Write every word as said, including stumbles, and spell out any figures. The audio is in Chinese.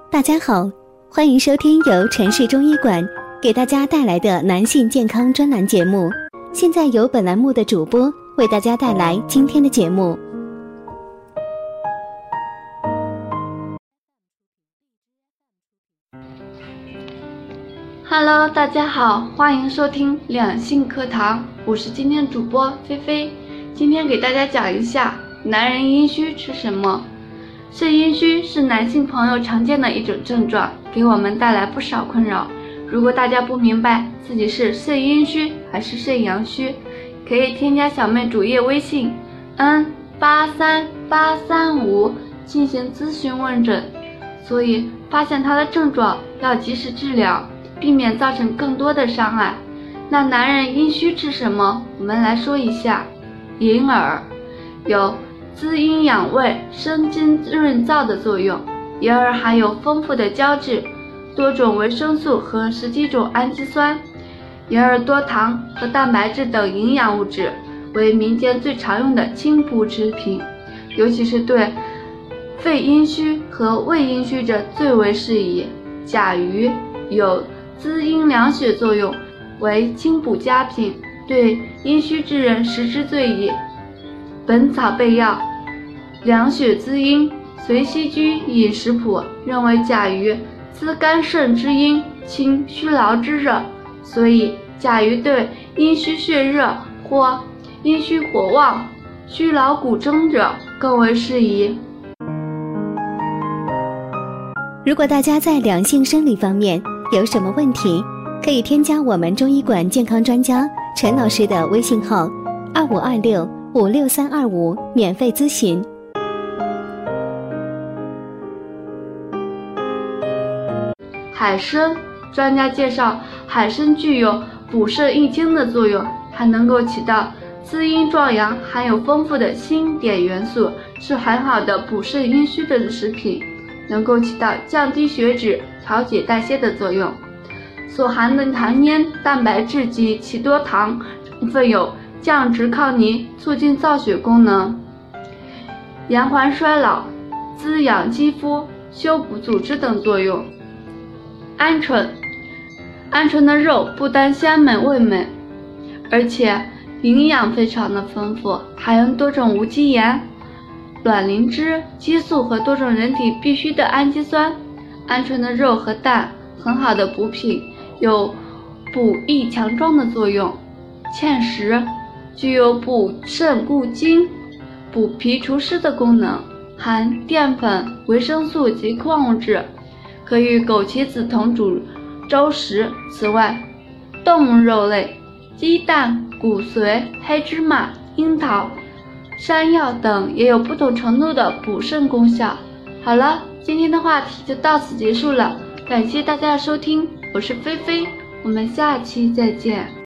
大家好，欢迎收听由城市中医馆给大家带来的男性健康专栏节目。现在由本栏目的主播为大家带来今天的节目。 Hello， 大家好，欢迎收听两性课堂，我是今天主播菲菲。今天给大家讲一下男人阴虚吃什么。肾阴虚是男性朋友常见的一种症状，给我们带来不少困扰。如果大家不明白自己是肾阴虚还是肾阳虚，可以添加小妹主页微信 N 八三八三五进行咨询问诊。所以发现他的症状要及时治疗，避免造成更多的伤害。那男人阴虚吃什么？我们来说一下。银耳有滋阴养胃、生津润燥的作用。银耳含有丰富的胶质、多种维生素和十几种氨基酸。银耳多糖和蛋白质等营养物质，为民间最常用的清补之品，尤其是对肺阴虚和胃阴虚者最为适宜。甲鱼有滋阴凉血作用，为清补佳品，对阴虚之人食之最宜。本草备药：凉血滋阴，随息居饮食谱认为甲鱼滋肝肾之阴，清虚劳之热，所以甲鱼对阴虚血热或阴虚火旺、虚劳骨蒸者更为适宜。 如果大家在两性生理方面有什么问题，可以添加我们中医馆健康专家陈老师的微信号二五二六五六三二五免费咨询。 海参，专家介绍，海参具有补肾益精的作用，还能够起到滋阴壮阳，含有丰富的锌碘元素，是很好的补肾阴虚的食品，能够起到降低血脂、调节代谢的作用。所含的含烟蛋白质及其多糖成分有降脂抗凝、促进造血功能，延缓衰老、滋养肌肤、修补组织等作用。鹌鹑，鹌鹑的肉不单鲜美味美，而且营养非常的丰富，含有多种无机盐、卵磷脂、激素和多种人体必需的氨基酸。鹌鹑的肉和蛋很好的补品，有补益强壮的作用。芡实具有补肾固精、补脾除湿的功能，含淀粉、维生素及矿物质，可与枸杞子同煮粥食。此外，动物肉类、鸡蛋、骨髓、黑芝麻、樱桃、山药等也有不同程度的补肾功效。好了，今天的话题就到此结束了，感谢大家的收听，我是菲菲，我们下期再见。